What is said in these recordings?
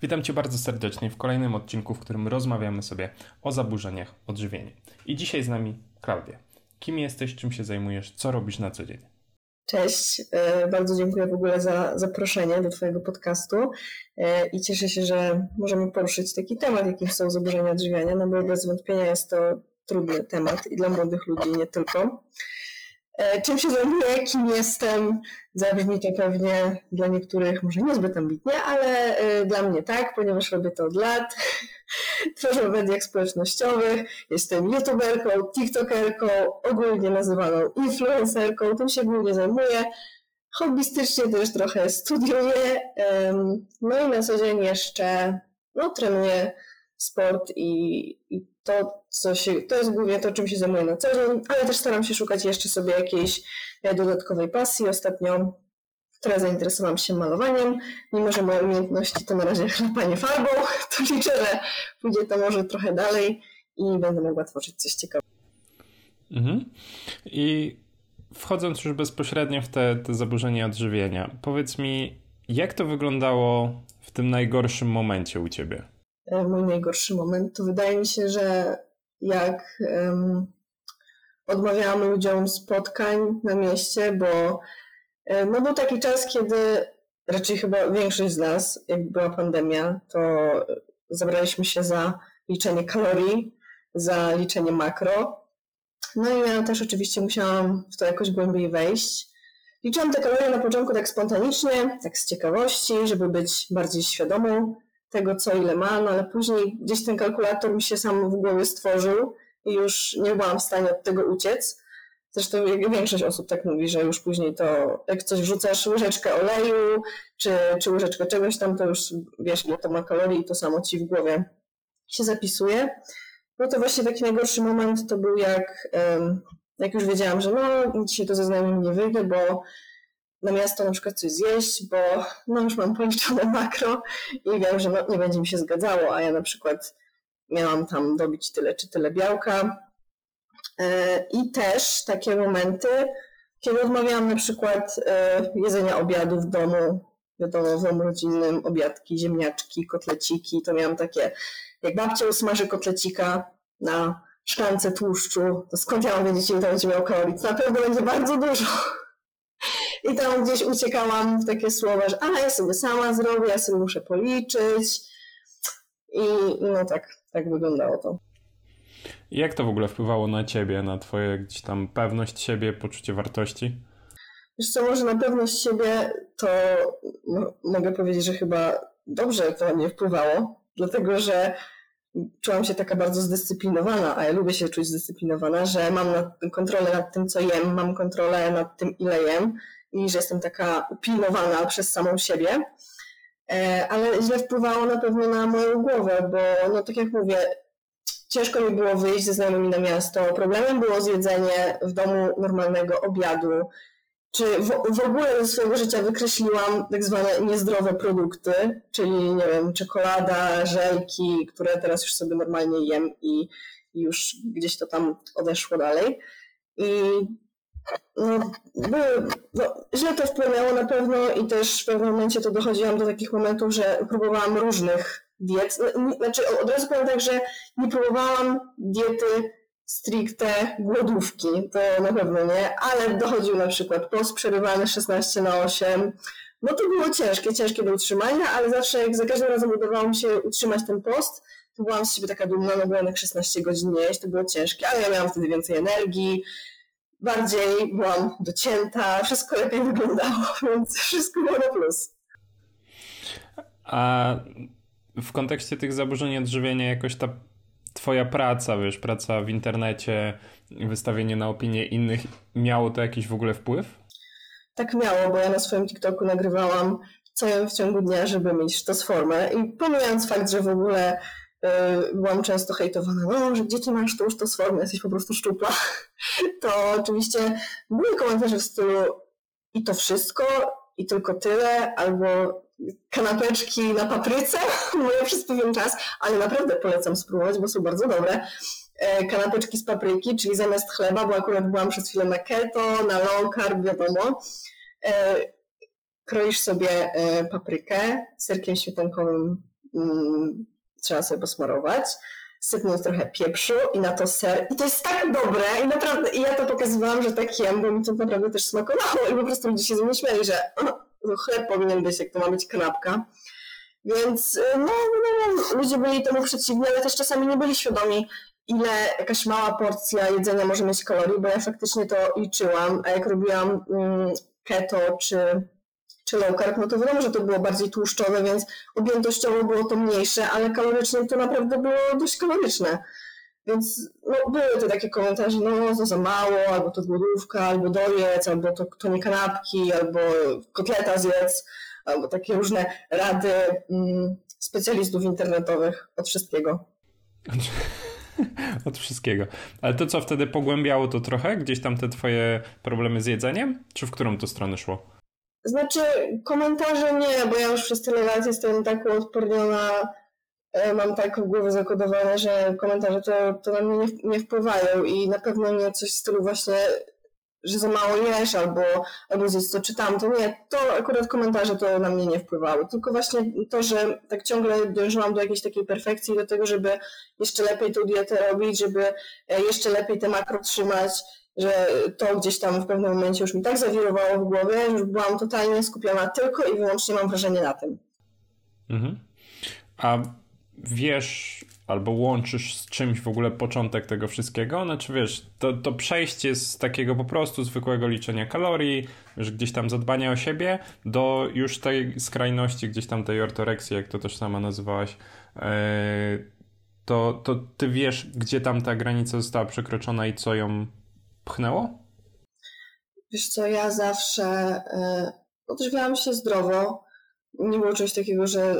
Witam Cię bardzo serdecznie w kolejnym odcinku, w którym rozmawiamy sobie o zaburzeniach odżywiania. I dzisiaj z nami Klaudia. Kim jesteś, czym się zajmujesz, co robisz na co dzień? Cześć, bardzo dziękuję w ogóle za zaproszenie do Twojego podcastu i cieszę się, że możemy poruszyć taki temat, jakim są zaburzenia odżywiania, no bo bez wątpienia jest to trudny temat i dla młodych ludzi nie tylko. Czym się zajmuję, kim jestem, zabrzmi to pewnie dla niektórych może niezbyt ambitnie, ale dla mnie tak, ponieważ robię to od lat. Tworzę w mediach społecznościowych, jestem youtuberką, tiktokerką, ogólnie nazywaną influencerką, tym się głównie zajmuję. Hobbystycznie też trochę studiuję, no i na co dzień jeszcze trenuję sport i to jest głównie to, czym się zajmuję na co dzień, ale też staram się szukać jeszcze sobie jakiejś dodatkowej pasji. Ostatnio trochę zainteresowałam się malowaniem, mimo że moje umiejętności to na razie chlapanie farbą, to liczę, że pójdzie to może trochę dalej i będę mogła tworzyć coś ciekawego. I wchodząc już bezpośrednio w te zaburzenia odżywienia, powiedz mi, jak to wyglądało w tym najgorszym momencie u Ciebie? Mój najgorszy moment to wydaje mi się, że jak odmawiałam ludziom spotkań na mieście, bo był taki czas, kiedy raczej chyba większość z nas, jak była pandemia, to zabraliśmy się za liczenie kalorii, za liczenie makro. No i ja też oczywiście musiałam w to jakoś głębiej wejść. Liczyłam te kalorie na początku tak spontanicznie, tak z ciekawości, żeby być bardziej świadomą tego, co ile ma, no ale później gdzieś ten kalkulator mi się sam w głowie stworzył i już nie byłam w stanie od tego uciec. Zresztą większość osób tak mówi, że już później to jak coś wrzucasz łyżeczkę oleju czy łyżeczkę czegoś tam, to już wiesz, ile to ma kalorii i to samo ci w głowie się zapisuje. No to właśnie taki najgorszy moment to był jak już wiedziałam, że dzisiaj to ze znajomymi nie wyjdę, bo na miasto na przykład coś zjeść, bo już mam policzone makro i wiem, że nie będzie mi się zgadzało, a ja na przykład miałam tam dobić tyle czy tyle białka. I też takie momenty, kiedy odmawiałam na przykład jedzenia obiadu w domu, wiadomo, w domu rodzinnym, obiadki, ziemniaczki, kotleciki, to miałam takie, jak babcia usmaży kotlecika na szklance tłuszczu, to skąd ja mam wiedzieć, ile to będzie miał kalorii? To na pewno będzie bardzo dużo. I tam gdzieś uciekałam w takie słowa, że ja sobie sama zrobię, ja sobie muszę policzyć. I tak wyglądało to. Jak to w ogóle wpływało na Ciebie, na Twoje gdzieś tam pewność siebie, poczucie wartości? Wiesz co, może na pewność siebie to mogę powiedzieć, że chyba dobrze to na mnie wpływało, dlatego że czułam się taka bardzo zdyscyplinowana, a ja lubię się czuć zdyscyplinowana, że mam kontrolę nad tym, co jem, mam kontrolę nad tym, ile jem i że jestem taka upilnowana przez samą siebie, ale źle wpływało na pewno na moją głowę, bo tak jak mówię, ciężko mi było wyjść ze znajomymi na miasto, problemem było zjedzenie w domu normalnego obiadu, czy w ogóle ze swojego życia wykreśliłam tak zwane niezdrowe produkty, czyli nie wiem, czekolada, żelki, które teraz już sobie normalnie jem i już gdzieś to tam odeszło dalej. I źle to wpłynęło na pewno i też w pewnym momencie to dochodziłam do takich momentów, że próbowałam różnych diet. Znaczy od razu powiem tak, że nie próbowałam diety stricte głodówki, to na pewno nie, ale dochodził na przykład post przerywany 16/8, to było ciężkie do utrzymania, ale zawsze jak za każdym razem udawało mi się utrzymać ten post, to byłam z siebie taka dumna, bo jednak 16 godzin nie jeść, to było ciężkie, ale ja miałam wtedy więcej energii, bardziej byłam docięta, wszystko lepiej wyglądało, więc wszystko było na plus. A w kontekście tych zaburzeń odżywienia jakoś ta Twoja praca, praca w internecie, wystawienie na opinię innych, miało to jakiś w ogóle wpływ? Tak miało, bo ja na swoim TikToku nagrywałam co jem w ciągu dnia, żeby mieć sztosformę i pomijając fakt, że w ogóle byłam często hejtowana, że gdzie ty masz tą sztosformę, jesteś po prostu szczupła, to oczywiście były komentarze w stylu i to wszystko, i tylko tyle, albo kanapeczki na papryce, moje przez pewien czas, ale naprawdę polecam spróbować, bo są bardzo dobre. Kanapeczki z papryki, czyli zamiast chleba, bo akurat byłam przez chwilę na keto, na low carb, wiadomo. Kroisz sobie paprykę, serkiem śmietankowym trzeba sobie posmarować, sypnąć trochę pieprzu i na to ser. I to jest tak dobre i naprawdę, i ja to pokazywałam, że tak jem, bo mi to naprawdę też smakowało i po prostu ludzie się ze mnie śmiali, że no, chleb powinien być, jak to ma być kanapka. Więc no, ludzie byli temu przeciwni, ale też czasami nie byli świadomi, ile jakaś mała porcja jedzenia może mieć kalorii, bo ja faktycznie to liczyłam, a jak robiłam keto czy low carb, no to wiadomo, że to było bardziej tłuszczowe, więc objętościowo było to mniejsze, ale kalorycznie to naprawdę było dość kaloryczne. Więc no, były te takie komentarze, no to za mało, albo to głodówka, albo dojedz, albo to nie kanapki, albo kotleta zjedz, albo takie różne rady specjalistów internetowych od wszystkiego. Od wszystkiego. Ale to co wtedy pogłębiało to trochę? Gdzieś tam te twoje problemy z jedzeniem? Czy w którą to stronę szło? Znaczy komentarze nie, bo ja już przez tyle lat jestem tak uodporniona, mam tak w głowie zakodowane, że komentarze to na mnie nie wpływają i na pewno nie coś w stylu właśnie, że za mało jesz albo zjedz to czy tamto. Nie, to akurat komentarze to na mnie nie wpływały. Tylko właśnie to, że tak ciągle dążyłam do jakiejś takiej perfekcji, do tego, żeby jeszcze lepiej tą dietę robić, żeby jeszcze lepiej te makro trzymać, że to gdzieś tam w pewnym momencie już mi tak zawirowało w głowie, że już byłam totalnie skupiona tylko i wyłącznie mam wrażenie na tym. Mhm. A wiesz albo łączysz z czymś w ogóle początek tego wszystkiego? Znaczy wiesz, to przejście z takiego po prostu zwykłego liczenia kalorii, wiesz, gdzieś tam zadbania o siebie, do już tej skrajności, gdzieś tam tej ortoreksji, jak to też sama nazywałaś, to ty wiesz, gdzie tam ta granica została przekroczona i co ją pchnęło? Wiesz co, ja zawsze odżywiałam się zdrowo. Nie było czegoś takiego, że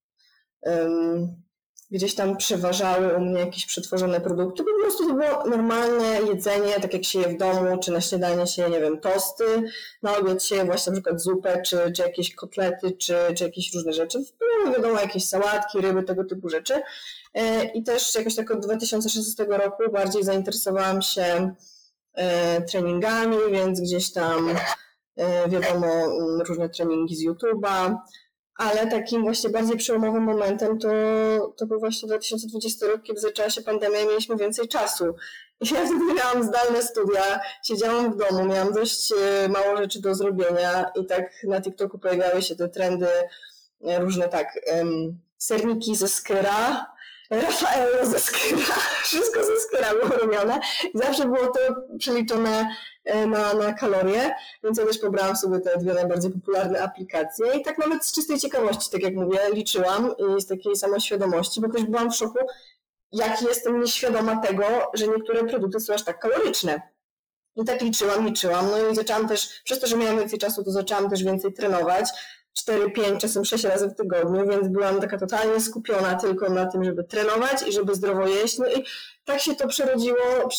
gdzieś tam przeważały u mnie jakieś przetworzone produkty. Po prostu to było normalne jedzenie, tak jak się je w domu, czy na śniadanie się, nie wiem, tosty, na obiad się je właśnie na przykład zupę, czy jakieś kotlety, czy jakieś różne rzeczy. No, wiadomo, jakieś sałatki, ryby, tego typu rzeczy. I też jakoś tak od 2016 roku bardziej zainteresowałam się treningami, więc gdzieś tam wiadomo, różne treningi z YouTube'a, ale takim właśnie bardziej przełomowym momentem to był właśnie 2020 rok, kiedy zaczęła się pandemia i mieliśmy więcej czasu. I ja wtedy miałam zdalne studia, siedziałam w domu, miałam dość mało rzeczy do zrobienia i tak na TikToku pojawiały się te trendy różne serniki ze Skyra, Rafaelo ze Skyra, wszystko ze Skyra było robione i zawsze było to przeliczone na kalorie, więc ja też pobrałam sobie te dwie najbardziej popularne aplikacje i tak nawet z czystej ciekawości, tak jak mówię, liczyłam i z takiej samoświadomości, bo też byłam w szoku, jak jestem nieświadoma tego, że niektóre produkty są aż tak kaloryczne. I tak liczyłam, no i zaczęłam też, przez to, że miałam więcej czasu, to zaczęłam też więcej trenować, 4, 5, czasem 6 razy w tygodniu, więc byłam taka totalnie skupiona tylko na tym, żeby trenować i żeby zdrowo jeść. No i tak się to przerodziło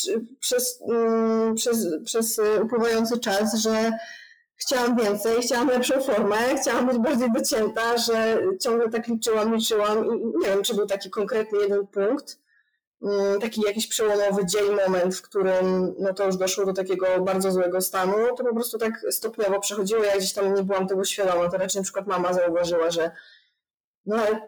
przez upływający czas, że chciałam więcej, chciałam lepszą formę, chciałam być bardziej docięta, że ciągle tak liczyłam i nie wiem, czy był taki konkretny jeden punkt, taki jakiś przełomowy dzień, moment, w którym no to już doszło do takiego bardzo złego stanu, to po prostu tak stopniowo przechodziło, ja gdzieś tam nie byłam tego świadoma, to raczej na przykład mama zauważyła, że no ale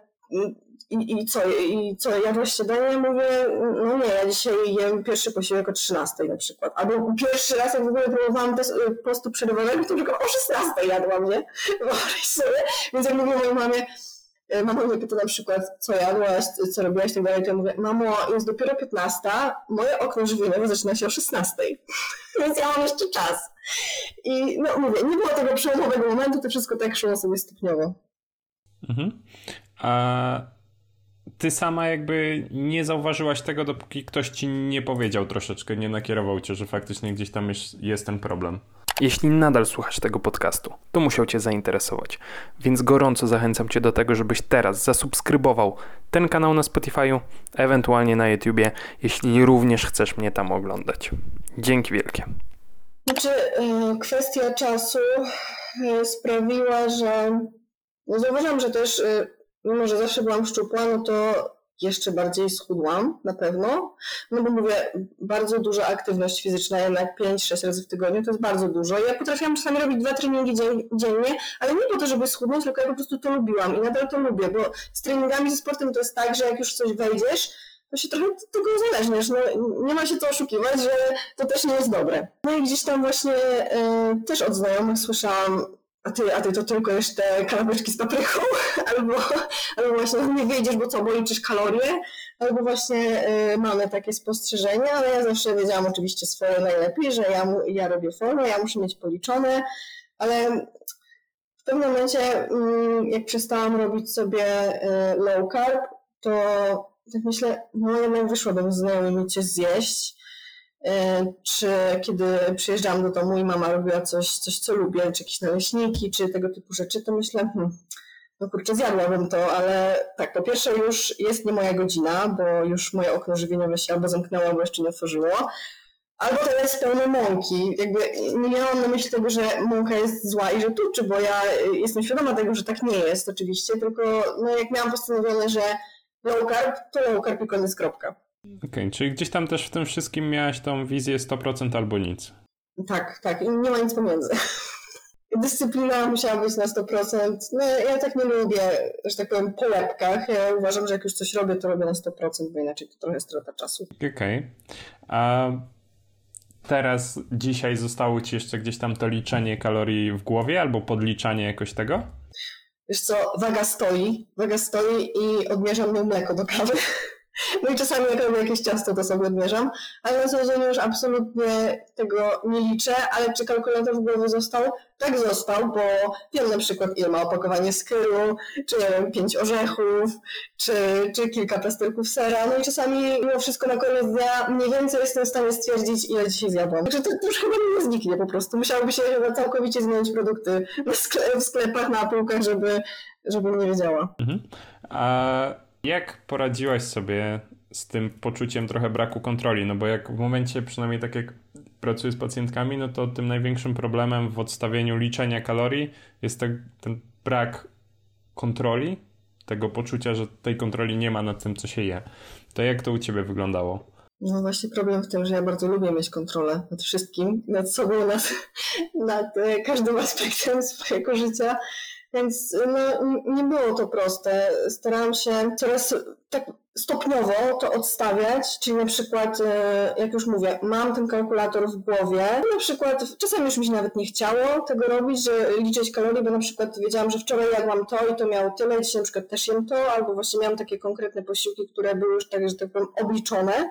co, jadłaś śniadanie? Mówię, no nie, ja dzisiaj jem pierwszy posiłek o 13 na przykład, albo pierwszy raz jak w ogóle próbowałam postu przerywowego, to tylko o 16 jadłam, nie? Wyobraź sobie, więc jak mówię mojej mamie, mama mnie pyta na przykład, co jadłaś, co robiłaś i tak dalej, to ja mówię, mamo, jest dopiero 15, moje okno żywieniowe zaczyna się o 16, więc ja mam jeszcze czas. I no mówię, nie było tego przełomowego momentu, to wszystko tak szło sobie stopniowo. Mhm. A ty sama jakby nie zauważyłaś tego, dopóki ktoś ci nie powiedział troszeczkę, nie nakierował cię, że faktycznie gdzieś tam jest ten problem. Jeśli nadal słuchasz tego podcastu, to musiał cię zainteresować, więc gorąco zachęcam cię do tego, żebyś teraz zasubskrybował ten kanał na Spotify'u, ewentualnie na YouTubie, jeśli również chcesz mnie tam oglądać. Dzięki wielkie. Znaczy, kwestia czasu sprawiła, że no zauważyłam, że też, mimo że zawsze byłam szczupła, no to jeszcze bardziej schudłam, na pewno. No bo mówię, bardzo duża aktywność fizyczna, jednak 5-6 razy w tygodniu to jest bardzo dużo. Ja potrafiłam czasami robić 2 treningi dziennie, ale nie po to, żeby schudnąć, tylko ja po prostu to lubiłam i nadal to lubię, bo z treningami, ze sportem to jest tak, że jak już coś wejdziesz, to się trochę od tego uzależniasz. No, nie ma się to oszukiwać, że to też nie jest dobre. No i gdzieś tam właśnie też od znajomych słyszałam, a ty to tylko jesz te kanapeczki z papryką, albo właśnie nie wyjdziesz, bo co, bo liczysz kalorie, albo właśnie mamy takie spostrzeżenia, ale ja zawsze wiedziałam oczywiście swoje najlepiej, że ja robię formę, ja muszę mieć policzone, ale w pewnym momencie, jak przestałam robić sobie low carb, to tak myślę, no jednak wyszłabym z znajomymi coś zjeść, czy kiedy przyjeżdżałam do domu i mama robiła coś co lubię, czy jakieś naleśniki, czy tego typu rzeczy, to myślę, no kurczę, zjadłabym to, ale tak, po pierwsze już jest nie moja godzina, bo już moje okno żywieniowe się albo zamknęło, albo jeszcze nie otworzyło, albo to jest pełne mąki. Jakby nie miałam na myśli tego, że mąka jest zła i że tuczy, bo ja jestem świadoma tego, że tak nie jest oczywiście, tylko no jak miałam postanowione, że low carb, to low carb i koniec, kropka. Okej, czyli gdzieś tam też w tym wszystkim miałaś tą wizję 100% albo nic. Tak, i nie ma nic pomiędzy. Dyscyplina musiała być na 100%. No ja tak nie lubię, że tak powiem, po łebkach. Ja uważam, że jak już coś robię, to robię na 100%, bo inaczej to trochę strata czasu. Okej. A teraz, dzisiaj zostało ci jeszcze gdzieś tam to liczenie kalorii w głowie albo podliczanie jakoś tego? Wiesz co, waga stoi i odmierzam ją mleko do kawy. No i czasami jak robię jakieś ciasto, to sobie odmierzam, ale na co dzień już absolutnie tego nie liczę, ale czy kalkulator w głowie został? Tak został, bo wiem na przykład ile ma opakowanie skyru, czy nie wiem, 5 orzechów, czy kilka plasterków sera, no i czasami mimo wszystko na koniec dnia mniej więcej jestem w stanie stwierdzić, ile dzisiaj zjadłam. Także to już chyba nie zniknie po prostu. Musiałoby się chyba całkowicie zmienić produkty w sklepach, na półkach, żebym nie wiedziała. Mhm. A jak poradziłaś sobie z tym poczuciem trochę braku kontroli? No bo jak w momencie, przynajmniej tak jak pracuję z pacjentkami, no to tym największym problemem w odstawieniu liczenia kalorii jest ten brak kontroli, tego poczucia, że tej kontroli nie ma nad tym, co się je. To jak to u ciebie wyglądało? No właśnie problem w tym, że ja bardzo lubię mieć kontrolę nad wszystkim, nad sobą, nad każdym aspektem swojego życia. Więc no, nie było to proste. Starałam się coraz tak stopniowo to odstawiać, czyli na przykład, jak już mówię, mam ten kalkulator w głowie. Na przykład czasami już mi się nawet nie chciało tego robić, że liczyć kalorie, bo na przykład wiedziałam, że wczoraj jadłam to i to miało tyle, dzisiaj na przykład też jem to, albo właśnie miałam takie konkretne posiłki, które były już tak, że tak powiem, obliczone.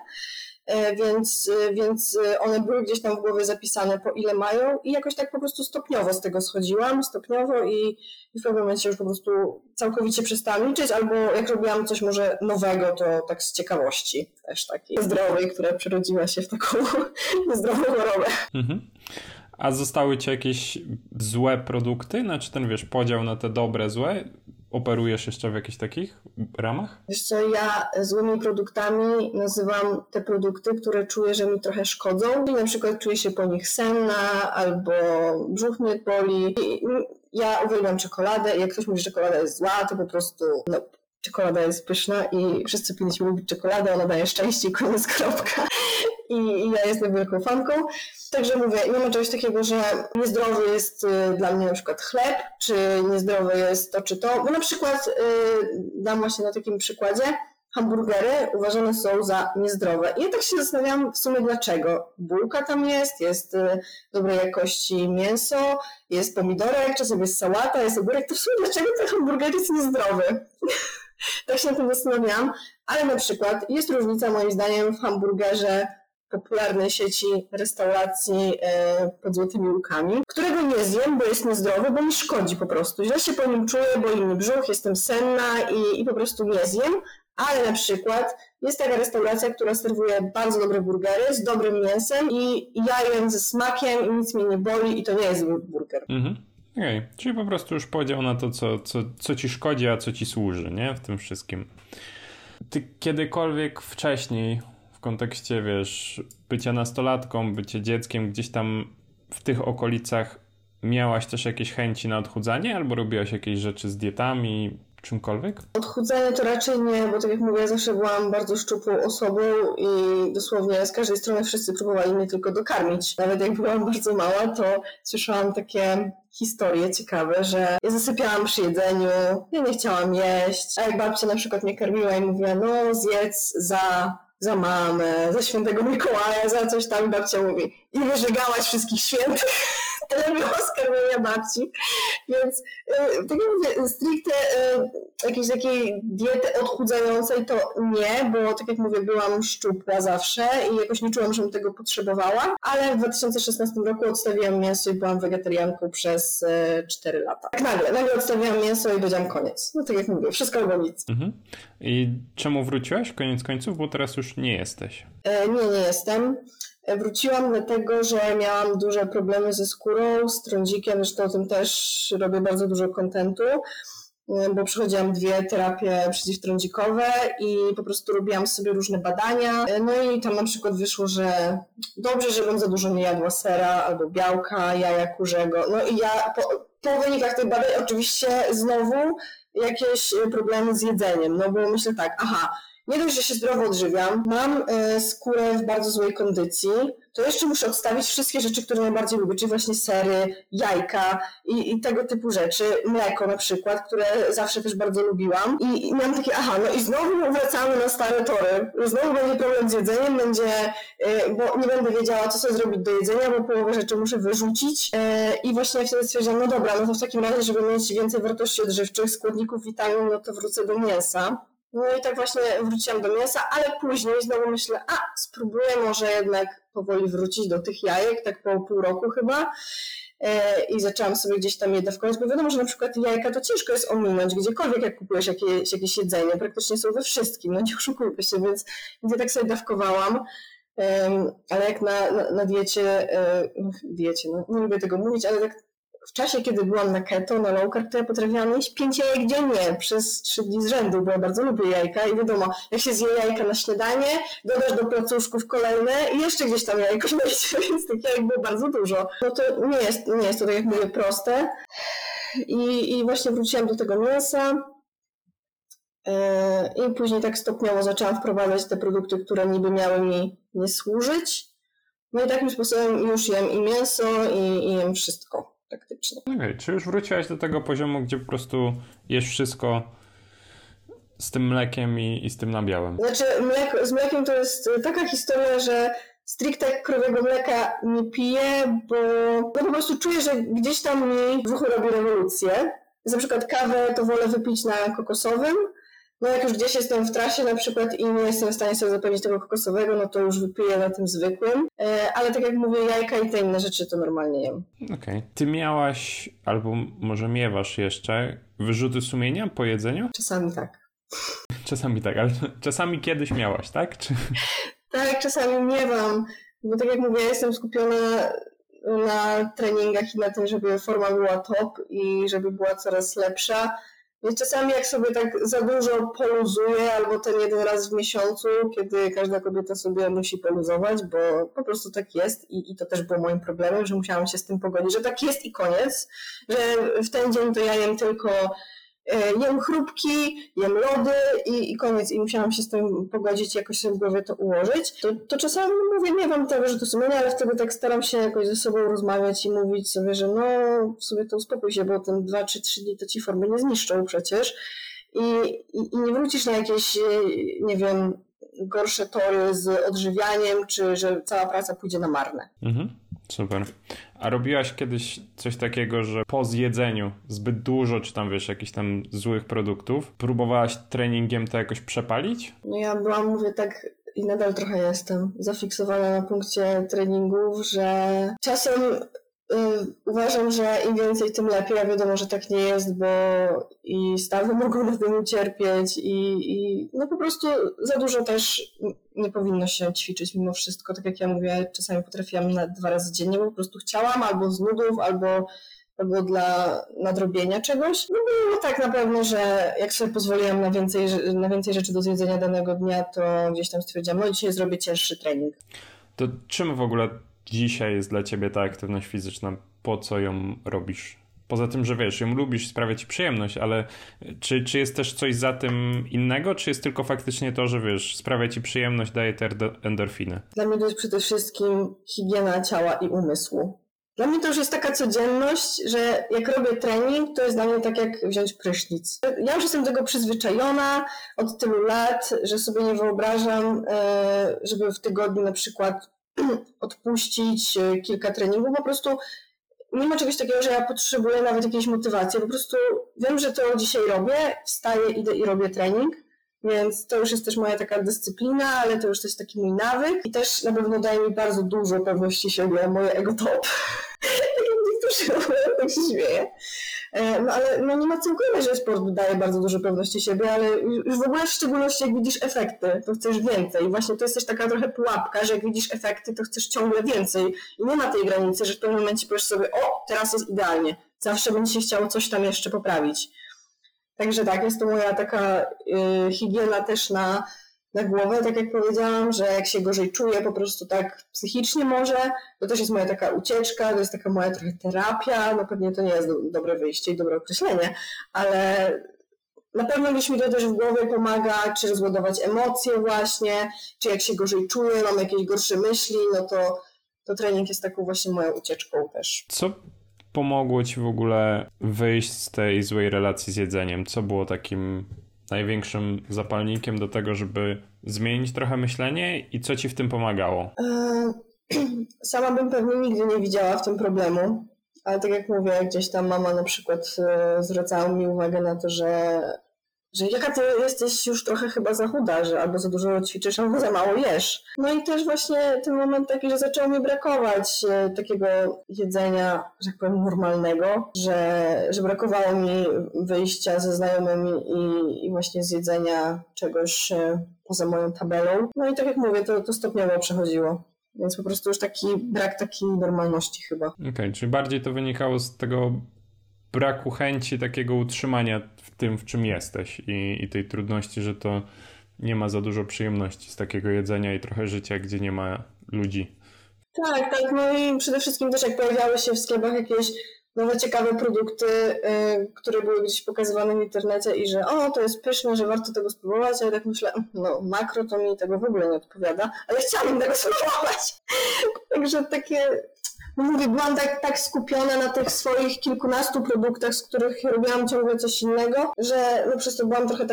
Więc one były gdzieś tam w głowie zapisane, po ile mają i jakoś tak po prostu stopniowo z tego schodziłam, i w pewnym momencie już po prostu całkowicie przestałam liczyć, albo jak robiłam coś może nowego, to tak z ciekawości też takiej zdrowej, która przerodziła się w taką niezdrową chorobę. Mhm. A zostały ci jakieś złe produkty? Znaczy ten, wiesz, podział na te dobre, złe? Operujesz jeszcze w jakichś takich ramach? Wiesz co, ja złymi produktami nazywam te produkty, które czuję, że mi trochę szkodzą. I na przykład czuję się po nich senna, albo brzuch mnie boli. Ja uwielbiam czekoladę i jak ktoś mówi, że czekolada jest zła, to po prostu czekolada jest pyszna i wszyscy powinniśmy lubić czekoladę, ona daje szczęście i koniec, kropka. I ja jestem wielką fanką. Także mówię, nie ma czegoś takiego, że niezdrowy jest dla mnie na przykład chleb, czy niezdrowe jest to czy to. Bo na przykład dam właśnie na takim przykładzie, hamburgery uważane są za niezdrowe. I ja tak się zastanawiam w sumie dlaczego. Bułka tam jest dobrej jakości mięso, jest pomidorek, czasem jest sałata, jest ogórek. To w sumie dlaczego ten hamburger jest niezdrowy? Tak się na tym zastanawiałam. Ale na przykład jest różnica moim zdaniem w hamburgerze popularnej sieci restauracji pod Złotymi Łukami, którego nie zjem, bo jest niezdrowy, bo mi szkodzi po prostu. Źle się po nim czuję, boli mi brzuch, jestem senna i po prostu nie zjem. Ale na przykład jest taka restauracja, która serwuje bardzo dobre burgery z dobrym mięsem i ja jem ze smakiem i nic mnie nie boli i to nie jest zły burger. Mhm. Okej. Czyli po prostu już podział na to, co ci szkodzi, a co ci służy, nie? W tym wszystkim. Ty kiedykolwiek wcześniej w kontekście, wiesz, bycia nastolatką, bycia dzieckiem, gdzieś tam w tych okolicach miałaś też jakieś chęci na odchudzanie albo robiłaś jakieś rzeczy z dietami? czymkolwiek? Odchudzanie to raczej nie, bo tak jak mówię, ja zawsze byłam bardzo szczupłą osobą i dosłownie z każdej strony wszyscy próbowali mnie tylko dokarmić. Nawet jak byłam bardzo mała, to słyszałam takie historie ciekawe, że ja zasypiałam przy jedzeniu, ja nie chciałam jeść, a jak babcia na przykład mnie karmiła i mówiła, no zjedz za mamę, za świętego Mikołaja, za coś tam, babcia mówi i wyżygałaś wszystkich świętych. Tyle było skarmienia babci, więc tak jak mówię, stricte jakiejś takiej diety odchudzającej to nie, bo tak jak mówię, byłam szczupła zawsze i jakoś nie czułam, żebym tego potrzebowała, ale w 2016 roku odstawiłam mięso i byłam wegetarianką przez 4 lata. Tak nagle odstawiłam mięso i powiedziałam koniec. No tak jak mówię, wszystko albo nic. I czemu wróciłaś koniec końców, bo teraz już nie jesteś? Nie jestem. Wróciłam dlatego, że miałam duże problemy ze skórą, z trądzikiem, zresztą o tym też robię bardzo dużo kontentu, bo przechodziłam 2 terapie przeciwtrądzikowe i po prostu robiłam sobie różne badania. No i tam na przykład wyszło, że dobrze, żebym za dużo nie jadła sera albo białka, jaja kurzego. No i ja po wynikach tych badań oczywiście znowu jakieś problemy z jedzeniem, no bo myślę tak, nie dość, że się zdrowo odżywiam, mam skórę w bardzo złej kondycji, to jeszcze muszę odstawić wszystkie rzeczy, które najbardziej lubię, czyli właśnie sery, jajka i tego typu rzeczy, mleko na przykład, które zawsze też bardzo lubiłam i miałam takie, no i znowu wracamy na stare tory, znowu będzie problem z jedzeniem, bo nie będę wiedziała, co sobie zrobić do jedzenia, bo połowę rzeczy muszę wyrzucić i właśnie wtedy stwierdziłam, no dobra, no to w takim razie, żeby mieć więcej wartości odżywczych, składników witamin, no to wrócę do mięsa. No i tak właśnie wróciłam do mięsa, ale później znowu myślę, spróbuję może jednak powoli wrócić do tych jajek, tak po pół roku chyba. I zaczęłam sobie gdzieś tam je dawkować, bo wiadomo, że na przykład jajka to ciężko jest ominąć, gdziekolwiek jak kupujesz jakieś jedzenie, praktycznie są we wszystkim, no nie oszukujmy się, więc ja tak sobie dawkowałam. Ale jak na diecie, no nie lubię tego mówić, ale tak w czasie, kiedy byłam na keto, na low carb, to ja potrafiłam jeść 5 jajek dziennie przez 3 dni z rzędu, bo ja bardzo lubię jajka i wiadomo, jak się zje jajka na śniadanie, dodasz do placuszków kolejne i jeszcze gdzieś tam jajko wejdzie, więc tych jajek było bardzo dużo. No to nie jest to, tak jak mówię, proste. I właśnie wróciłam do tego mięsa i później tak stopniowo zaczęłam wprowadzać te produkty, które niby miały mi nie służyć. No i takim sposobem już jem i mięso i jem wszystko. Praktycznie. Okej, czy już wróciłaś do tego poziomu, gdzie po prostu jesz wszystko z tym mlekiem i z tym nabiałem? Znaczy z mlekiem to jest taka historia, że stricte krowiego mleka nie piję, bo po prostu czuję, że gdzieś tam mi w brzuchu robi rewolucję. Na przykład kawę to wolę wypić na kokosowym. No jak już gdzieś jestem w trasie na przykład i nie jestem w stanie sobie zapewnić tego kokosowego, no to już wypiję na tym zwykłym. Ale tak jak mówię, jajka i te inne rzeczy to normalnie jem. Okej. Ty miałaś, albo może miewasz jeszcze, wyrzuty sumienia po jedzeniu? Czasami tak. Czasami tak, ale czasami kiedyś miałaś, tak? Tak, czasami miewam, bo tak jak mówię, ja jestem skupiona na treningach i na tym, żeby forma była top i żeby była coraz lepsza. Więc czasami jak sobie tak za dużo poluzuję, albo ten jeden raz w miesiącu, kiedy każda kobieta sobie musi poluzować, bo po prostu tak jest i to też było moim problemem, że musiałam się z tym pogodzić, że tak jest i koniec, że w ten dzień to ja jem tylko jem chrupki, jem lody i koniec. I musiałam się z tym pogodzić, jakoś sobie w głowie to ułożyć. To czasami mówię, nie mam tego, że to sumienia, ale wtedy tak staram się jakoś ze sobą rozmawiać i mówić sobie, że no w sobie to uspokój się, bo ten 2 czy 3 dni to ci formy nie zniszczą przecież. I nie wrócisz na jakieś, nie wiem, gorsze tory z odżywianiem, czy że cała praca pójdzie na marne. Super. A robiłaś kiedyś coś takiego, że po zjedzeniu zbyt dużo, czy tam wiesz, jakichś tam złych produktów, próbowałaś treningiem to jakoś przepalić? No ja byłam, mówię tak, i nadal trochę jestem zafiksowana na punkcie treningów, że czasem uważam, że im więcej, tym lepiej, a wiadomo, że tak nie jest, bo i stawy mogą na tym ucierpieć i no po prostu za dużo też nie powinno się ćwiczyć mimo wszystko, tak jak ja mówię, czasami potrafiłam na 2 razy dziennie, bo po prostu chciałam, albo z nudów, albo dla nadrobienia czegoś. No było tak na pewno, że jak sobie pozwoliłam na więcej rzeczy do zjedzenia danego dnia, to gdzieś tam stwierdziłam, no dzisiaj zrobię cięższy trening. To czym w ogóle dzisiaj jest dla ciebie ta aktywność fizyczna? Po co ją robisz? Poza tym, że wiesz, ją lubisz, sprawia ci przyjemność, ale czy jest też coś za tym innego, czy jest tylko faktycznie to, że wiesz, sprawia ci przyjemność, daje te endorfiny? Dla mnie to jest przede wszystkim higiena ciała i umysłu. Dla mnie to już jest taka codzienność, że jak robię trening, to jest dla mnie tak jak wziąć prysznic. Ja już jestem do tego przyzwyczajona od tylu lat, że sobie nie wyobrażam, żeby w tygodniu na przykład odpuścić kilka treningów. Po prostu nie ma czegoś takiego, że ja potrzebuję nawet jakiejś motywacji. Po prostu wiem, że to dzisiaj robię, wstaję, idę i robię trening. Więc to już jest też moja taka dyscyplina, ale to już też taki mój nawyk i też na pewno daje mi bardzo dużo pewności siebie, moje ego top. Tak jak niektórzy mówią, tak się śmieję. No ale no nie ma co ukrywać, że sport daje bardzo dużo pewności siebie, ale już w ogóle w szczególności jak widzisz efekty, to chcesz więcej. I właśnie to jest też taka trochę pułapka, że jak widzisz efekty, to chcesz ciągle więcej. I nie ma tej granicy, że w pewnym momencie powiesz sobie, o, teraz jest idealnie. Zawsze będzie się chciało coś tam jeszcze poprawić. Także tak, jest to moja taka higiena też na głowę, tak jak powiedziałam, że jak się gorzej czuję po prostu tak psychicznie może, to też jest moja taka ucieczka, to jest taka moja trochę terapia, no pewnie to nie jest dobre wyjście i dobre określenie, ale na pewno gdzieś mi to też w głowie pomaga, czy rozładować emocje właśnie, czy jak się gorzej czuję, mam jakieś gorsze myśli, no to trening jest taką właśnie moją ucieczką też. Co pomogło ci w ogóle wyjść z tej złej relacji z jedzeniem? Co było takim największym zapalnikiem do tego, żeby zmienić trochę myślenie i co ci w tym pomagało? Sama bym pewnie nigdy nie widziała w tym problemu, ale tak jak mówię, gdzieś tam mama na przykład zwracała mi uwagę na to, że jaka ty jesteś już trochę chyba za chuda, że albo za dużo ćwiczysz, albo za mało jesz. No i też właśnie ten moment taki, że zaczęło mi brakować takiego jedzenia, że tak powiem, normalnego, że brakowało mi wyjścia ze znajomymi i właśnie zjedzenia czegoś poza moją tabelą. No i tak jak mówię, to stopniowo przechodziło. Więc po prostu już taki brak takiej normalności chyba. Okej, czyli bardziej to wynikało z tego braku chęci takiego utrzymania w tym, w czym jesteś i tej trudności, że to nie ma za dużo przyjemności z takiego jedzenia i trochę życia, gdzie nie ma ludzi. Tak, no i przede wszystkim też jak pojawiały się w sklepach jakieś nowe, ciekawe produkty, które były gdzieś pokazywane w internecie i że to jest pyszne, że warto tego spróbować, a ja tak myślę, no makro to mi tego w ogóle nie odpowiada, ale chciałabym tego spróbować. Także takie... No mówię, byłam tak skupiona na tych swoich kilkunastu produktach, z których robiłam ciągle coś innego, że no przez to byłam trochę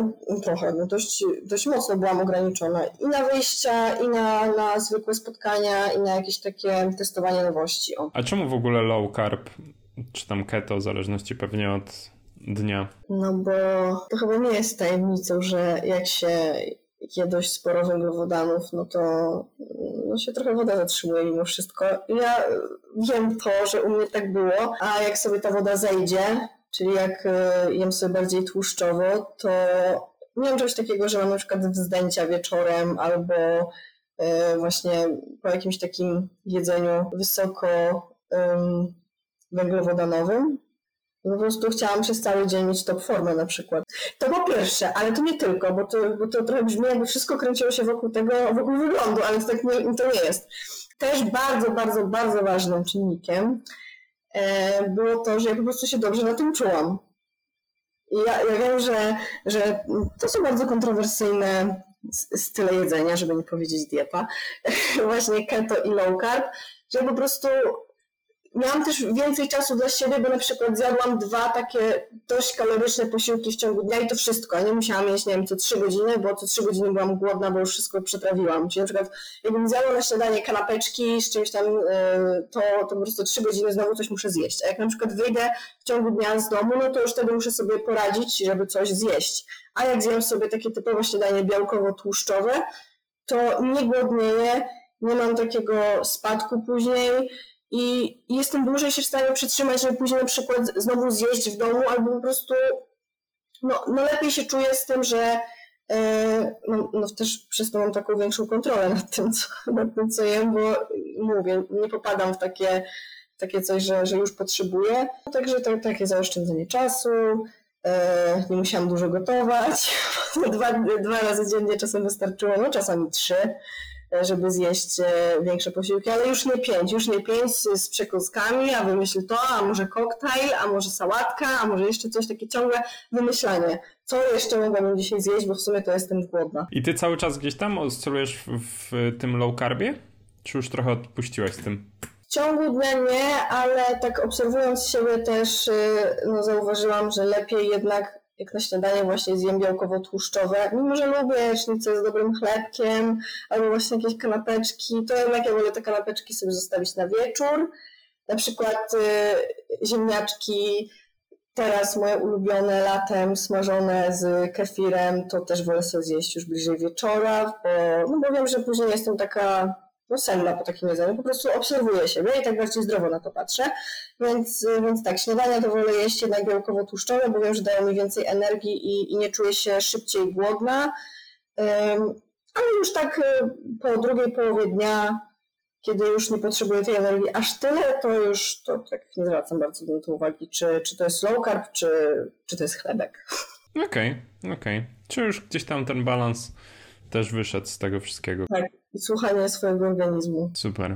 dość mocno byłam ograniczona i na wyjścia, i na zwykłe spotkania, i na jakieś takie testowanie nowości. A czemu w ogóle low carb, czy tam keto, w zależności pewnie od dnia? No bo to chyba nie jest tajemnicą, że jak się je dość sporo węglowodanów, no to się trochę woda zatrzymuje mimo wszystko. Ja wiem to, że u mnie tak było, a jak sobie ta woda zejdzie, czyli jak jem sobie bardziej tłuszczowo, to nie mam czegoś takiego, że mam na przykład wzdęcia wieczorem albo właśnie po jakimś takim jedzeniu wysoko węglowodanowym. Po prostu chciałam przez cały dzień mieć top formę na przykład. To po pierwsze, ale to nie tylko, bo to trochę brzmi, jakby wszystko kręciło się wokół wyglądu, ale to nie jest. Też bardzo, bardzo, bardzo ważnym czynnikiem było to, że ja po prostu się dobrze na tym czułam. I ja wiem, że to są bardzo kontrowersyjne style jedzenia, żeby nie powiedzieć dieta, właśnie keto i low carb, że po prostu miałam też więcej czasu dla siebie, bo na przykład zjadłam 2 takie dość kaloryczne posiłki w ciągu dnia i to wszystko. Ja nie musiałam jeść, nie wiem, co 3 godziny, bo co 3 godziny byłam głodna, bo już wszystko przetrawiłam. Czyli na przykład jakbym zjadła na śniadanie kanapeczki z czymś tam, to po prostu 3 godziny znowu coś muszę zjeść. A jak na przykład wyjdę w ciągu dnia z domu, no to już wtedy muszę sobie poradzić, żeby coś zjeść. A jak zjem sobie takie typowe śniadanie białkowo-tłuszczowe, to nie głodnieję, nie mam takiego spadku później, i jestem dłużej się w stanie przytrzymać, żeby później na przykład znowu zjeść w domu, albo po prostu no lepiej się czuję z tym, że też przez to mam taką większą kontrolę nad tym, co jem, bo mówię, nie popadam w takie coś, że już potrzebuję. Także takie zaoszczędzenie czasu, nie musiałam dużo gotować, 2 razy dziennie czasem wystarczyło, no czasami 3. żeby zjeść większe posiłki, ale już nie pięć z przekąskami, a wymyśl to, a może koktajl, a może sałatka, a może jeszcze coś, takie ciągłe wymyślanie. Co jeszcze mogłabym dzisiaj zjeść, bo w sumie to jestem głodna. I ty cały czas gdzieś tam oscylujesz w tym low carbie? Czy już trochę odpuściłaś z tym? W ciągu dnia nie, ale tak obserwując siebie też zauważyłam, że lepiej jednak jak na śniadanie właśnie zjem białkowo-tłuszczowe, mimo że lubię jajecznicę z dobrym chlebkiem, albo właśnie jakieś kanapeczki, to jednak ja wolę te kanapeczki sobie zostawić na wieczór. Na przykład ziemniaczki, teraz moje ulubione latem, smażone z kefirem, to też wolę sobie zjeść już bliżej wieczora, bo wiem, że później jestem taka senna po takim jedzeniu, po prostu obserwuję siebie i tak bardziej zdrowo na to patrzę, więc tak, śniadania to wolę jeść jednak białkowo-tłuszczowe, bo wiem, że dają mi więcej energii i nie czuję się szybciej głodna, ale już tak po drugiej połowie dnia, kiedy już nie potrzebuję tej energii aż tyle, to już to tak nie zwracam bardzo do tego uwagi, czy to jest low carb, czy to jest chlebek. Okej. Czy już gdzieś tam ten balans też wyszedł z tego wszystkiego. Tak, i słuchanie swojego organizmu. Super.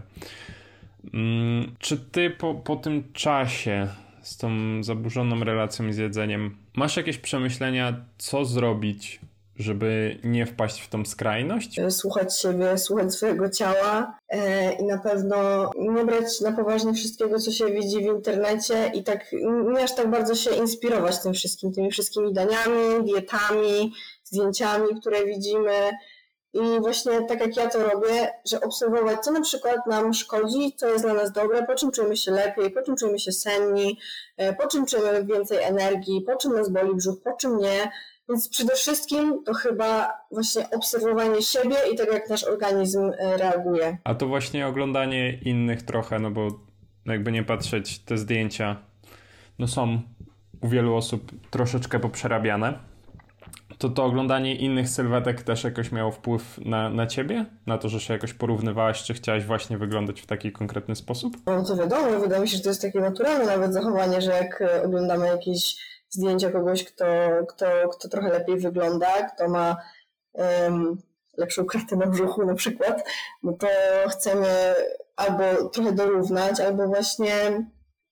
Czy ty po tym czasie z tą zaburzoną relacją z jedzeniem masz jakieś przemyślenia, co zrobić, żeby nie wpaść w tą skrajność? Słuchać siebie, słuchać swojego ciała i na pewno nie brać na poważnie wszystkiego, co się widzi w internecie i tak nie aż tak bardzo się inspirować tym wszystkim, tymi wszystkimi daniami, dietami, zdjęciami, które widzimy. I właśnie tak jak ja to robię, że obserwować, co na przykład nam szkodzi, co jest dla nas dobre, po czym czujemy się lepiej, po czym czujemy się senni, po czym czujemy więcej energii, po czym nas boli brzuch, po czym nie. Więc przede wszystkim to chyba właśnie obserwowanie siebie i tego, jak nasz organizm reaguje. A to właśnie oglądanie innych trochę, no bo jakby nie patrzeć, te zdjęcia są u wielu osób troszeczkę poprzerabiane. To oglądanie innych sylwetek też jakoś miało wpływ na ciebie? Na to, że się jakoś porównywałaś, czy chciałaś właśnie wyglądać w taki konkretny sposób? No to wiadomo, wydaje mi się, że to jest takie naturalne nawet zachowanie, że jak oglądamy jakieś zdjęcia kogoś, kto trochę lepiej wygląda, kto ma lepszą kratę na brzuchu na przykład, no to chcemy albo trochę dorównać, albo właśnie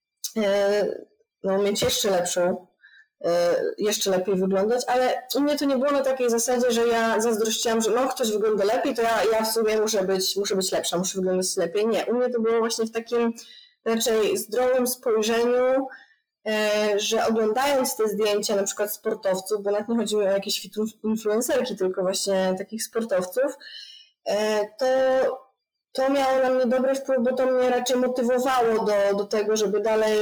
mieć jeszcze lepszą, jeszcze lepiej wyglądać, ale u mnie to nie było na takiej zasadzie, że ja zazdrościłam, że ktoś wygląda lepiej, to ja w sumie muszę być lepsza, muszę wyglądać lepiej. Nie, u mnie to było właśnie w takim raczej zdrowym spojrzeniu, że oglądając te zdjęcia na przykład sportowców, bo nawet nie chodzi mi o jakieś influencerki, tylko właśnie takich sportowców, to miało na mnie dobry wpływ, bo to mnie raczej motywowało do tego, żeby dalej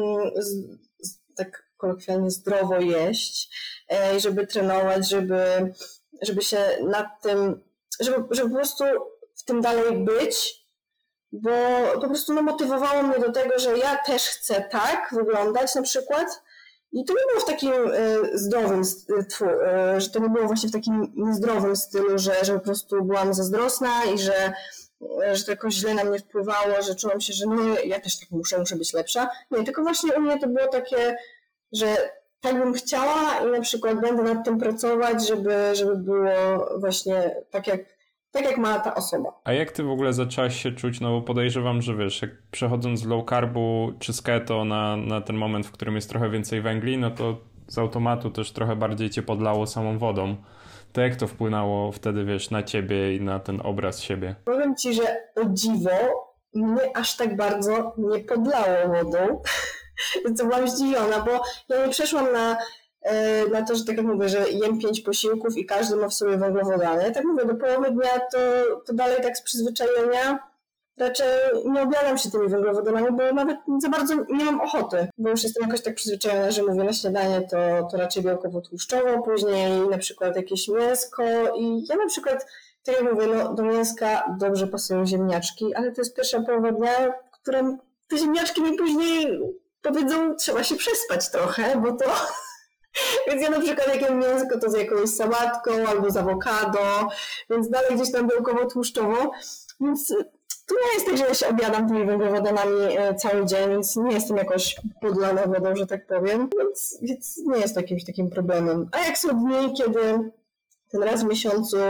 tak kolokwialnie zdrowo jeść, żeby trenować, żeby się nad tym, żeby po prostu w tym dalej być, bo po prostu motywowało mnie do tego, że ja też chcę tak wyglądać na przykład i to nie było w takim zdrowym, że to nie było właśnie w takim niezdrowym stylu, że po prostu byłam zazdrosna i że to jakoś źle na mnie wpływało, że czułam się, że ja też tak muszę być lepsza. Nie, tylko właśnie u mnie to było takie, że tak bym chciała i na przykład będę nad tym pracować, żeby było właśnie tak jak ma ta osoba. A jak ty w ogóle zaczęłaś się czuć? No bo podejrzewam, że wiesz, jak przechodząc z low carbu czy z keto na ten moment, w którym jest trochę więcej węgli, no to z automatu też trochę bardziej cię podlało samą wodą. To jak to wpłynęło wtedy, wiesz, na ciebie i na ten obraz siebie? Powiem ci, że o dziwo mnie aż tak bardzo nie podlało wodą. To byłam zdziwiona, bo ja nie przeszłam na to, że tak jak mówię, że jem 5 posiłków i każdy ma w sobie węglowodany. Tak mówię, do połowy dnia to dalej tak z przyzwyczajenia raczej nie obiadam się tymi węglowodanami, bo nawet za bardzo nie mam ochoty, bo już jestem jakoś tak przyzwyczajona, że mówię na śniadanie to raczej białkowo-tłuszczowo, później na przykład jakieś mięsko i ja na przykład, tak jak mówię, do mięska dobrze pasują ziemniaczki, ale to jest pierwsza połowa dnia, w którym te ziemniaczki mi później powiedzą, trzeba się przespać trochę, bo to... Więc ja na przykład jak jem mięsko, to z jakąś sałatką albo z awokado, więc dalej gdzieś tam białkowo-tłuszczowo, więc to nie jest tak, że ja się obiadam tymi węglowodanami cały dzień, więc nie jestem jakoś podlana wodą, że tak powiem, więc nie jest to jakimś takim problemem. A jak są dni, kiedy ten raz w miesiącu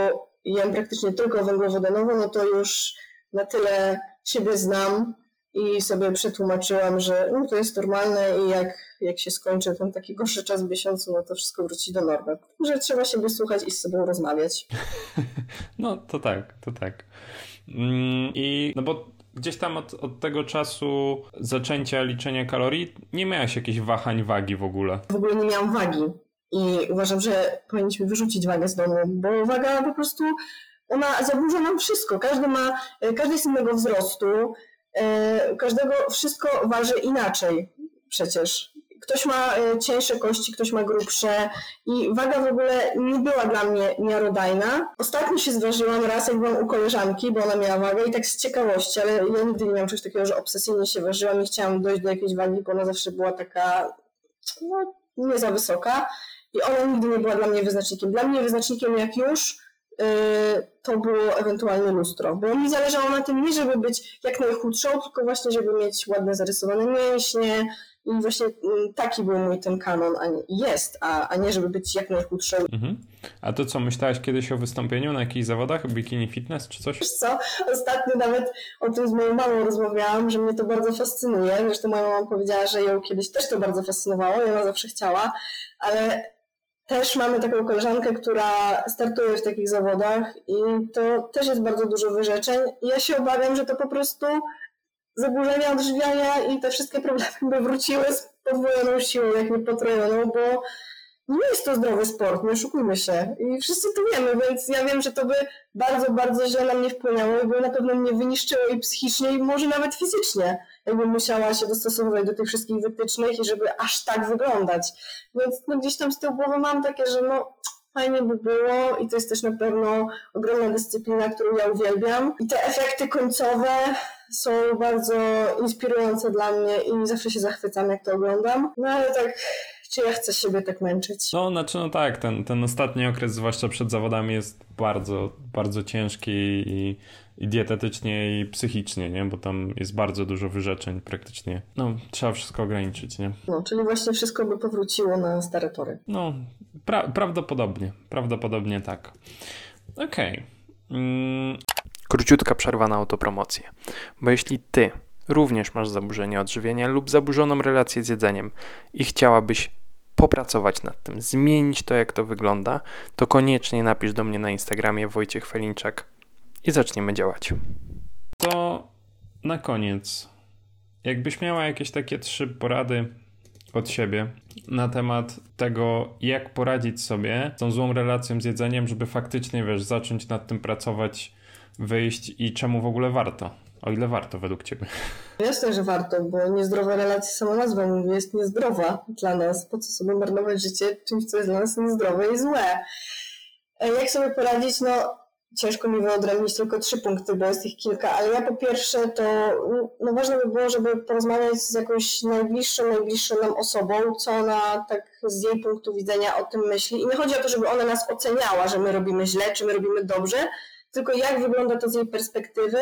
jem praktycznie tylko węglowodanowo, no to już na tyle siebie znam i sobie przetłumaczyłam, że no, to jest normalne i jak się skończy ten taki gorszy czas w miesiącu, no to wszystko wróci do normy. Że trzeba siebie słuchać i z sobą rozmawiać. No to tak. I no bo gdzieś tam od tego czasu zaczęcia liczenia kalorii nie miałaś jakichś wahań wagi w ogóle? W ogóle nie miałam wagi i uważam, że powinniśmy wyrzucić wagę z domu, bo waga po prostu ona zaburza nam wszystko. Każdy jest innego wzrostu, każdego wszystko waży inaczej przecież. Ktoś ma cieńsze kości, ktoś ma grubsze i waga w ogóle nie była dla mnie miarodajna. Ostatnio się zważyłam raz, jak byłam u koleżanki, bo ona miała wagę i tak z ciekawości, ale ja nigdy nie miałam czegoś takiego, że obsesyjnie się ważyłam i chciałam dojść do jakiejś wagi, bo ona zawsze była taka nie za wysoka i ona nigdy nie była dla mnie wyznacznikiem. Dla mnie wyznacznikiem jak już to było ewentualnie lustro, bo mi zależało na tym nie, żeby być jak najchudszą, tylko właśnie, żeby mieć ładne zarysowane mięśnie i właśnie taki był mój ten kanon, a nie żeby być jak najchudszą. Mhm. A to co, myślałaś kiedyś o wystąpieniu na jakichś zawodach, bikini fitness czy coś? Wiesz co, ostatnio nawet o tym z moją mamą rozmawiałam, że mnie to bardzo fascynuje, zresztą moja mama powiedziała, że ją kiedyś też to bardzo fascynowało i ona zawsze chciała, ale też mamy taką koleżankę, która startuje w takich zawodach i to też jest bardzo dużo wyrzeczeń. I ja się obawiam, że to po prostu zaburzenia odżywiania i te wszystkie problemy by wróciły z podwojoną siłą, jak nie potrojoną, bo nie jest to zdrowy sport, nie oszukujmy się. I wszyscy to wiemy, więc ja wiem, że to by bardzo, bardzo źle na mnie wpłynęło i by na pewno mnie wyniszczyło i psychicznie, i może nawet fizycznie, jakbym musiała się dostosowywać do tych wszystkich wytycznych i żeby aż tak wyglądać. Więc no, gdzieś tam z tyłu głowy mam takie, że no fajnie by było i to jest też na pewno ogromna dyscyplina, którą ja uwielbiam. I te efekty końcowe są bardzo inspirujące dla mnie i zawsze się zachwycam, jak to oglądam. No ale tak, czy ja chcę siebie tak męczyć? No, znaczy no tak, ten ostatni okres, zwłaszcza przed zawodami, jest bardzo, bardzo ciężki i dietetycznie, i psychicznie, nie? Bo tam jest bardzo dużo wyrzeczeń praktycznie. No, trzeba wszystko ograniczyć, nie? No, czyli właśnie wszystko by powróciło na stare tory. No, prawdopodobnie tak. Okej. Króciutka przerwa na autopromocję. Bo jeśli ty również masz zaburzenie odżywienia lub zaburzoną relację z jedzeniem i chciałabyś popracować nad tym, zmienić to, jak to wygląda, to koniecznie napisz do mnie na Instagramie Wojciech Felinczak i zaczniemy działać. To na koniec, jakbyś miała jakieś takie 3 porady od siebie na temat tego, jak poradzić sobie z tą złą relacją z jedzeniem, żeby faktycznie, zacząć nad tym pracować, wyjść i czemu w ogóle warto? O ile warto według ciebie? Jasne, że warto, bo niezdrowa relacja, sama nazwa mówi, jest niezdrowa dla nas. Po co sobie marnować życie czymś, co jest dla nas niezdrowe i złe? Jak sobie poradzić? No, ciężko mi wyodrębnić tylko 3 punkty, bo jest ich kilka, ale ja po pierwsze to no ważne by było, żeby porozmawiać z jakąś najbliższą nam osobą, co ona tak z jej punktu widzenia o tym myśli. I nie chodzi o to, żeby ona nas oceniała, że my robimy źle, czy my robimy dobrze, tylko jak wygląda to z jej perspektywy.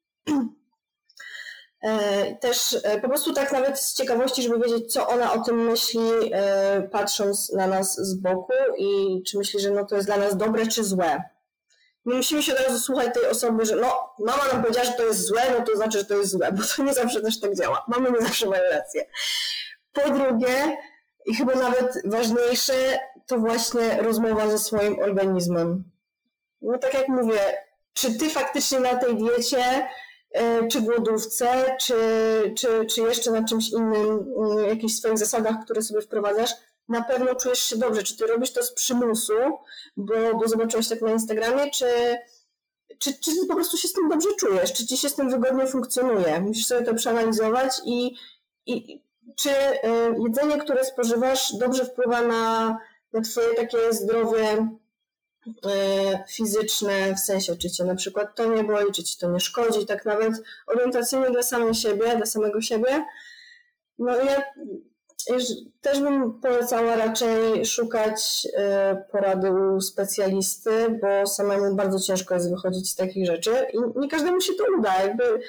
Też po prostu tak nawet z ciekawości, żeby wiedzieć, co ona o tym myśli, patrząc na nas z boku i czy myśli, że no to jest dla nas dobre czy złe. Nie musimy się od razu słuchać tej osoby, że no mama nam powiedziała, że to jest złe, no to znaczy, że to jest złe, bo to nie zawsze też tak działa. Mamy nie zawsze mają rację. Po drugie, i chyba nawet ważniejsze, to właśnie rozmowa ze swoim organizmem. No tak jak mówię, czy ty faktycznie na tej diecie, czy głodówce, czy jeszcze na czymś innym, jakichś swoich zasadach, które sobie wprowadzasz, na pewno czujesz się dobrze. Czy ty robisz to z przymusu, bo zobaczyłeś tak na Instagramie, czy ty po prostu się z tym dobrze czujesz, czy ci się z tym wygodnie funkcjonuje. Musisz sobie to przeanalizować i czy jedzenie, które spożywasz, dobrze wpływa na twoje takie zdrowie fizyczne, w sensie, czy cię na przykład to nie boli, czy ci to nie szkodzi, tak nawet orientacyjnie dla samego siebie. No ja też bym polecała raczej szukać porady u specjalisty, bo samemu bardzo ciężko jest wychodzić z takich rzeczy i nie każdemu się to uda. Jakby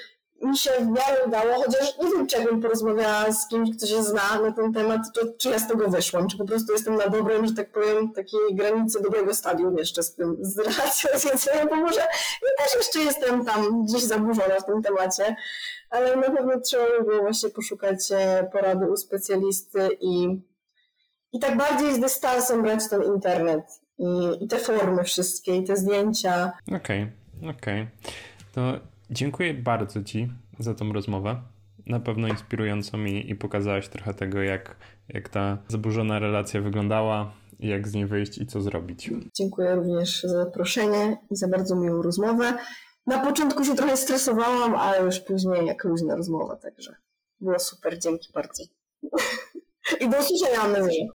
mi się w miarę udało, chociaż nie wiem, czy jakbym porozmawiała z kimś, kto się zna na ten temat, czy ja z tego wyszłam, czy po prostu jestem na dobrym, że tak powiem, takiej granicy dobrego stadium jeszcze z relacją z jedzeniem, bo może ja też jeszcze jestem tam gdzieś zaburzona w tym temacie, ale na pewno trzeba by było właśnie poszukać porady u specjalisty i tak bardziej z dystansem brać ten internet i te formy wszystkie, i te zdjęcia. Okej. To dziękuję bardzo Ci za tą rozmowę. Na pewno inspirującą i pokazałaś trochę tego, jak ta zaburzona relacja wyglądała, jak z niej wyjść i co zrobić. Dziękuję również za zaproszenie i za bardzo miłą rozmowę. Na początku się trochę stresowałam, ale już później jak luźna rozmowa, także było super. Dzięki bardzo. I do usłyszenia, mam nadzieję.